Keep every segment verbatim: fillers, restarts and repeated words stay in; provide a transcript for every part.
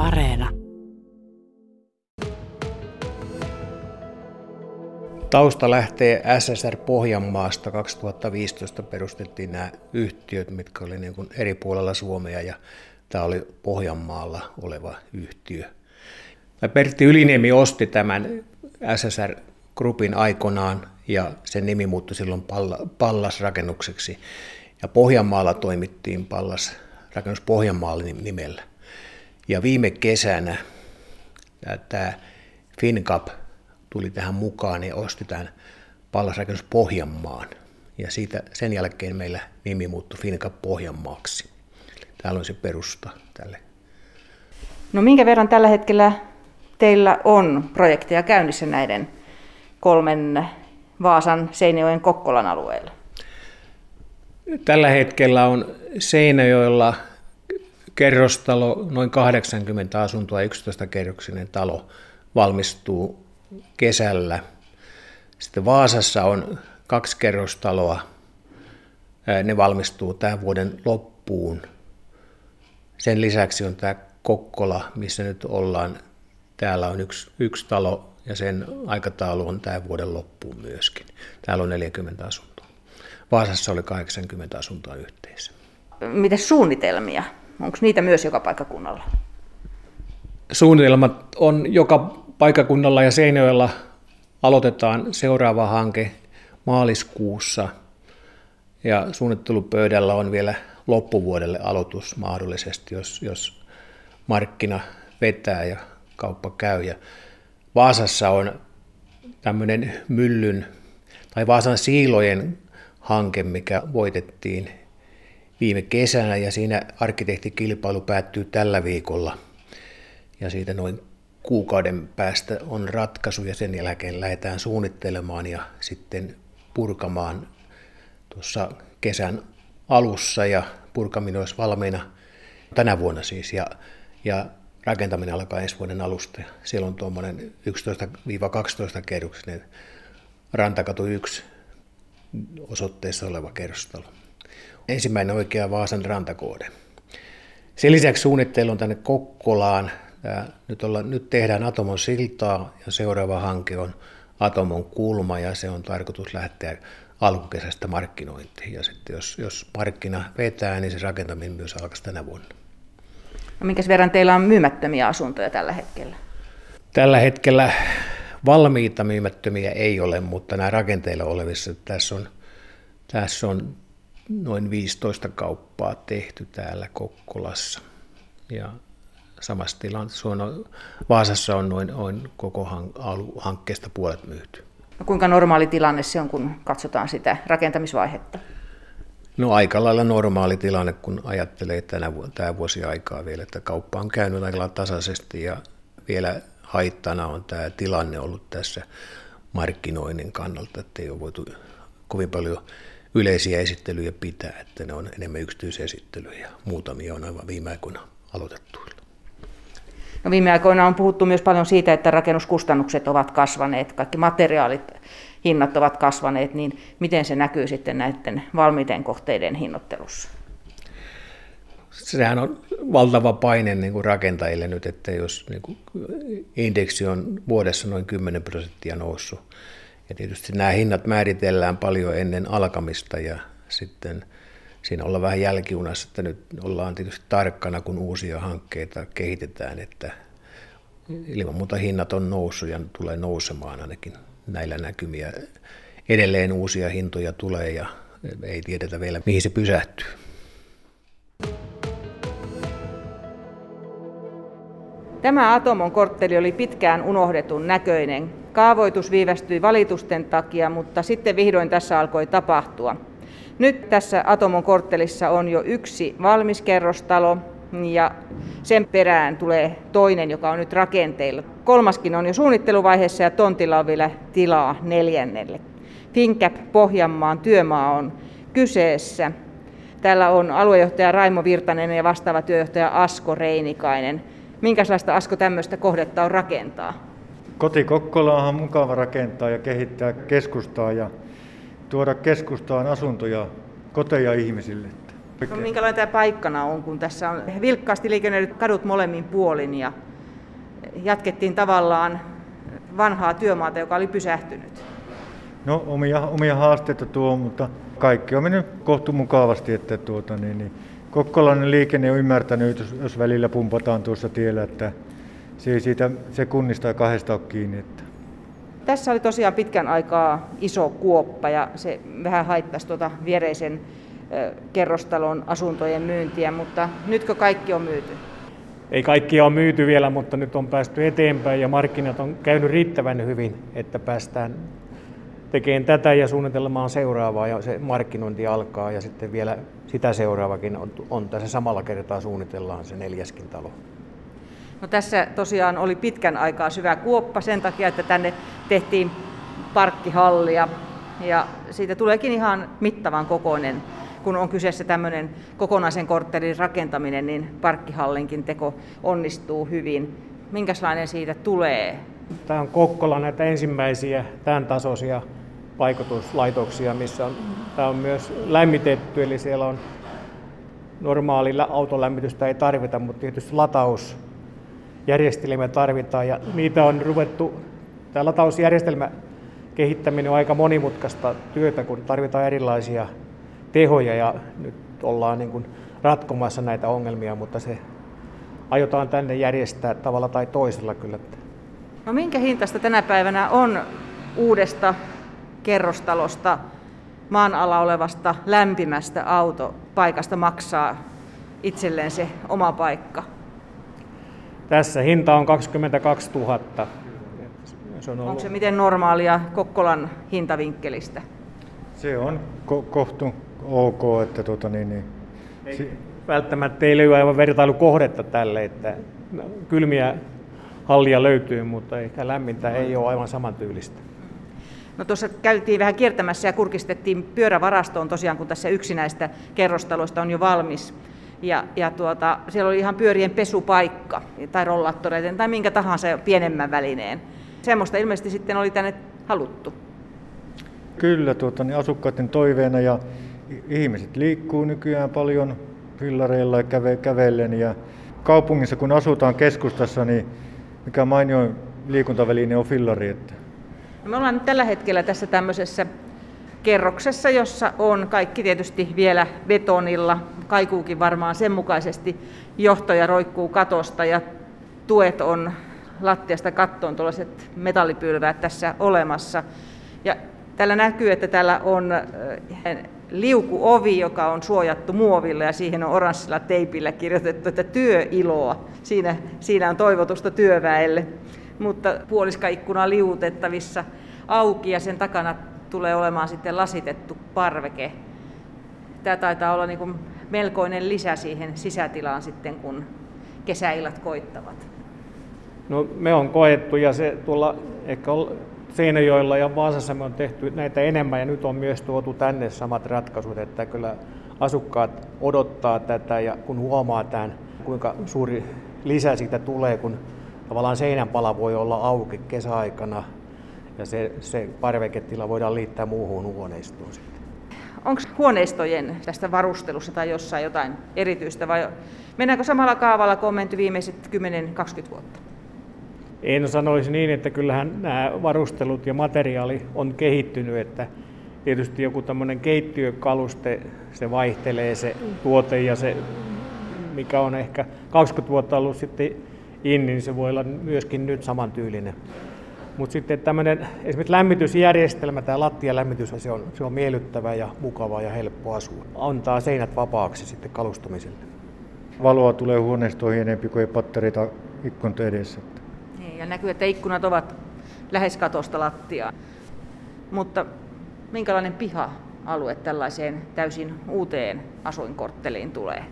Areena. Tausta lähtee S S R Pohjanmaasta. kaksituhattaviisitoista perustettiin nämä yhtiöt, mitkä oli niin kuin eri puolella Suomea, ja tämä oli Pohjanmaalla oleva yhtiö. Pertti Yliniemi osti tämän S S R Groupin aikoinaan, ja sen nimi muuttui silloin Pallas-rakennukseksi. Ja Pohjanmaalla toimittiin Pallas rakennus Pohjanmaalla nimellä. Ja viime kesänä tämä Fincap tuli tähän mukaan ja osti tämän Pallas-rakennus Pohjanmaan. Ja siitä, sen jälkeen meillä nimi muuttui Fincap Pohjanmaaksi. Täällä on se perusta tälle. No minkä verran tällä hetkellä teillä on projekteja käynnissä näiden kolmen Vaasan, Seinäjoen, Kokkolan alueella? Tällä hetkellä on Seinäjoella kerrostalo, noin kahdeksankymmentä asuntoa, yksitoistakerroksinen talo valmistuu kesällä. Sitten Vaasassa on kaksi kerrostaloa, ne valmistuu tämän vuoden loppuun. Sen lisäksi on tämä Kokkola, missä nyt ollaan. Täällä on yksi, yksi talo ja sen aikataulu on tämän vuoden loppuun myöskin. Täällä on neljäkymmentä asuntoa. Vaasassa oli kahdeksankymmentä asuntoa yhteensä. Mites suunnitelmia? Onko niitä myös joka paikkakunnalla? Suunnitelmat on joka paikkakunnalla, ja Seinäjoella aloitetaan seuraava hanke maaliskuussa. Ja suunnittelupöydällä on vielä loppuvuodelle aloitus mahdollisesti, jos, jos markkina vetää ja kauppa käy. Ja Vaasassa on tämmöinen myllyn tai Vaasan siilojen hanke, mikä voitettiin viime kesänä, ja siinä arkkitehtikilpailu päättyy tällä viikolla. Ja siitä noin kuukauden päästä on ratkaisu, ja sen jälkeen lähdetään suunnittelemaan ja sitten purkamaan tuossa kesän alussa, ja purkaminen olisi valmiina tänä vuonna siis, ja, ja rakentaminen alkaa ensi vuoden alusta. Siellä on tuommoinen yksitoista kaksitoista kerroksinen Rantakatu yksi osoitteessa oleva kerrostalo. Ensimmäinen oikea Vaasan rantakohde. Sen lisäksi suunnittelu on tänne Kokkolaan. Nyt, olla, nyt tehdään Atomon siltaa, ja seuraava hanke on Atomon kulma, ja se on tarkoitus lähteä alkukesästä markkinointiin. Ja sitten jos, jos markkina vetää, niin se rakentaminen myös alkaisi tänä vuonna. No minkäs verran teillä on myymättömiä asuntoja tällä hetkellä? Tällä hetkellä valmiita myymättömiä ei ole, mutta nämä rakenteilla olevissa, tässä on, tässä on noin viisitoista kauppaa tehty täällä Kokkolassa. Ja samassa tilanteessa on, Vaasassa on noin, noin koko hankkeesta puolet myyty. No kuinka normaali tilanne se on, kun katsotaan sitä rakentamisvaihetta? No aika lailla normaali tilanne, kun ajattelee tänä tämä vuosi aikaa vielä, että kauppa on käynyt aika lailla tasaisesti, ja vielä haittana on tämä tilanne ollut tässä markkinoinnin kannalta, että ei ole voitu kovin paljon yleisiä esittelyjä pitää, että ne on enemmän yksityisesittelyjä, muutamia on aivan viime aikoina aloitettu. No viime aikoina on puhuttu myös paljon siitä, että rakennuskustannukset ovat kasvaneet, kaikki materiaalit, hinnat ovat kasvaneet, niin miten se näkyy sitten näiden valmiiden kohteiden hinnoittelussa? Sehän on valtava paine niin kuin rakentajille nyt, että jos niin kuin indeksi on vuodessa noin kymmenen prosenttia noussut, ja tietysti nämä hinnat määritellään paljon ennen alkamista, ja sitten siinä ollaan vähän jälkijunassa, että nyt ollaan tietysti tarkkana, kun uusia hankkeita kehitetään, että ilman muuta hinnat on noussut ja tulee nousemaan ainakin näillä näkymiä. Edelleen uusia hintoja tulee, ja ei tiedetä vielä, mihin se pysähtyy. Tämä Atomon kortteli oli pitkään unohdetun näköinen. Kaavoitus viivästyi valitusten takia, mutta sitten vihdoin tässä alkoi tapahtua. Nyt tässä Atomon korttelissa on jo yksi valmis kerrostalo, ja sen perään tulee toinen, joka on nyt rakenteilla. Kolmaskin on jo suunnitteluvaiheessa, ja tontilla on vielä tilaa neljännelle. Fincap Pohjanmaan työmaa on kyseessä. Täällä on aluejohtaja Raimo Virtanen ja vastaava työjohtaja Asko Reinikainen. Minkälaista, Asko, tämmöistä kohdetta on rakentaa? Koti Kokkolaan on mukava rakentaa ja kehittää keskustaa ja tuoda keskustaan asuntoja, koteja ihmisille. No, minkälainen tämä paikkana on, kun tässä on vilkkaasti liikennöidyt kadut molemmin puolin ja jatkettiin tavallaan vanhaa työmaata, joka oli pysähtynyt? No omia, omia haasteita tuo, mutta kaikki on mennyt kohtu mukavasti, että tuota, niin, niin, kokkolainen liikenne on ymmärtänyt, jos, jos välillä pumpataan tuossa tiellä, että se ei siitä sekunnista ja kahdesta ole kiinni. Että. Tässä oli tosiaan pitkän aikaa iso kuoppa ja se vähän haittasi tuota viereisen kerrostalon asuntojen myyntiä, mutta nytkö kaikki on myyty? Ei kaikkia ole myyty vielä, mutta nyt on päästy eteenpäin ja markkinat on käynyt riittävän hyvin, että päästään tekemään tätä ja suunnitelmaan seuraavaa ja se markkinointi alkaa ja sitten vielä sitä seuraavakin on, on tässä samalla kertaa suunnitellaan se neljäskin talo. No, tässä tosiaan oli pitkän aikaa syvä kuoppa sen takia, että tänne tehtiin parkkihallia ja siitä tuleekin ihan mittavan kokoinen. Kun on kyseessä tämmöinen kokonaisen korttelin rakentaminen, niin parkkihallinkin teko onnistuu hyvin. Minkälainen siitä tulee? Tämä on Kokkola näitä ensimmäisiä tämän tasoisia paikotuslaitoksia, missä on, tämä on myös lämmitetty, eli siellä on normaalilla autolämmitystä ei tarvita, mutta tietysti latausjärjestelmiä tarvitaan ja niitä on ruvettu, tämä latausjärjestelmä kehittäminen on aika monimutkaista työtä, kun tarvitaan erilaisia tehoja ja nyt ollaan niin kuin ratkomassa näitä ongelmia, mutta se aiotaan tänne järjestää tavalla tai toisella kyllä. No, minkä hintaista tänä päivänä on uudesta kerrostalosta, maan alla olevasta lämpimästä autopaikasta maksaa itselleen se oma paikka? Tässä hinta on kaksikymmentäkaksituhatta. Se on ollut... Onko se miten normaalia Kokkolan hintavinkkelistä? Se on ko- kohtu ok, että tuota niin, niin. Ei, välttämättä ei löydy aivan vertailukohdetta tälle, että kylmiä hallia löytyy, mutta ehkä lämmintä ei ole aivan samantyylistä. No, tuossa käytiin vähän kiertämässä ja kurkistettiin pyörävarastoon tosiaan, kun tässä yksi näistä kerrostaloista on jo valmis. Ja, ja tuota, siellä oli ihan pyörien pesupaikka tai rollaattoreiden tai minkä tahansa pienemmän välineen. Semmoista ilmeisesti sitten oli tänne haluttu. Kyllä, tuota, niin asukkaiden toiveena ja ihmiset liikkuu nykyään paljon fillareilla ja käve, kävellen. Ja kaupungissa kun asutaan keskustassa, niin mikä mainio liikuntaväline on fillari. Että. Me ollaan nyt tällä hetkellä tässä tämmöisessä kerroksessa, jossa on kaikki tietysti vielä betonilla, kaikuukin varmaan sen mukaisesti, johtoja roikkuu katosta ja tuet on lattiasta kattoon, tuollaiset metallipylväät tässä olemassa. Ja täällä näkyy, että täällä on liukuovi, joka on suojattu muovilla ja siihen on oranssilla teipillä kirjoitettu, että työiloa. Siinä, siinä on toivotusta työväelle, mutta puoliska ikkuna liuutettavissa auki ja sen takana tulee olemaan sitten lasitettu parveke. Tämä taitaa olla niin kuin melkoinen lisä siihen sisätilaan sitten, kun kesäillat koittavat. No, me on koettu ja se tuolla ehkä Seinäjoella ja Vaasassa me on tehty näitä enemmän ja nyt on myös tuotu tänne samat ratkaisut, että kyllä asukkaat odottaa tätä ja kun huomaa tämän, kuinka suuri lisä siitä tulee, kun tavallaan seinänpala voi olla auki kesäaikana ja se, se parveketila voidaan liittää muuhun huoneistoon sitten. Onko huoneistojen tästä varustelussa tai jossain jotain erityistä vai mennäänkö samalla kaavalla, kun on menty viimeiset kymmenen kaksikymmentä vuotta? En sanoisi niin, että kyllähän nämä varustelut ja materiaali on kehittynyt, että tietysti joku tämmöinen keittiökaluste, se vaihtelee se tuote ja se, mikä on ehkä kaksikymmentä vuotta ollut sitten in, niin se voi olla myöskin nyt samantyylinen. Mutta sitten tämmöinen esimerkiksi lämmitysjärjestelmä, tämä lattialämmitys, se on, se on miellyttävä ja mukava ja helppo asua. Antaa seinät vapaaksi sitten kalustamiselle. Valoa tulee huoneistoihin enemmän kuin pattereita ikkunat edessä. Niin, ja näkyy, että ikkunat ovat lähes katosta lattiaan. Mutta minkälainen piha-alue tällaiseen täysin uuteen asuinkortteliin tulee?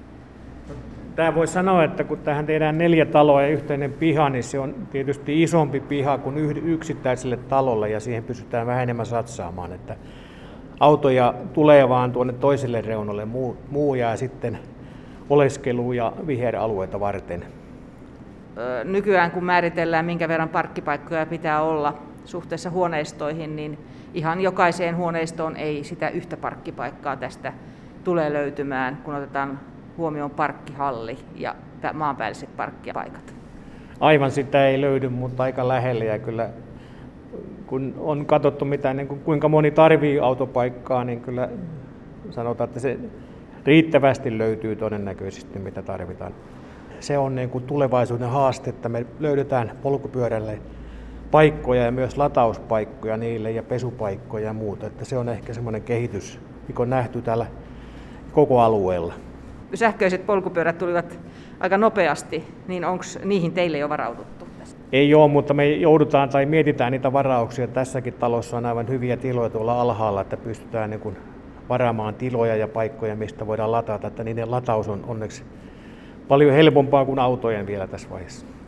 Tämä voi sanoa, että kun tähän tehdään neljä taloa ja yhteinen piha, niin se on tietysti isompi piha kuin yksittäiselle talolle ja siihen pystytään vähän enemmän satsaamaan. Että autoja tulee vaan tuonne toiselle reunalle, muu, muu jää sitten oleskelu- ja viheralueita varten. Nykyään kun määritellään, minkä verran parkkipaikkoja pitää olla suhteessa huoneistoihin, niin ihan jokaiseen huoneistoon ei sitä yhtä parkkipaikkaa tästä tulee löytymään, kun otetaan huomioon parkkihalli ja maanpäälliset parkkipaikat? Aivan sitä ei löydy, mutta aika lähelle, ja kyllä kun on katsottu mitä, niin kuin, kuinka moni tarvii autopaikkaa, niin kyllä sanotaan, että se riittävästi löytyy todennäköisesti mitä tarvitaan. Se on niin kuin tulevaisuuden haaste, että me löydetään polkupyörälle paikkoja ja myös latauspaikkoja niille ja pesupaikkoja ja muuta. Että se on ehkä semmoinen kehitys, mikä on nähty täällä koko alueella. Sähköiset polkupyörät tulivat aika nopeasti, niin onko niihin teille jo varauduttu? Ei ole, mutta me joudutaan tai mietitään niitä varauksia. Tässäkin talossa on aivan hyviä tiloja tuolla alhaalla, että pystytään niin kuin varaamaan tiloja ja paikkoja, mistä voidaan latata. Että niiden lataus on onneksi paljon helpompaa kuin autojen vielä tässä vaiheessa.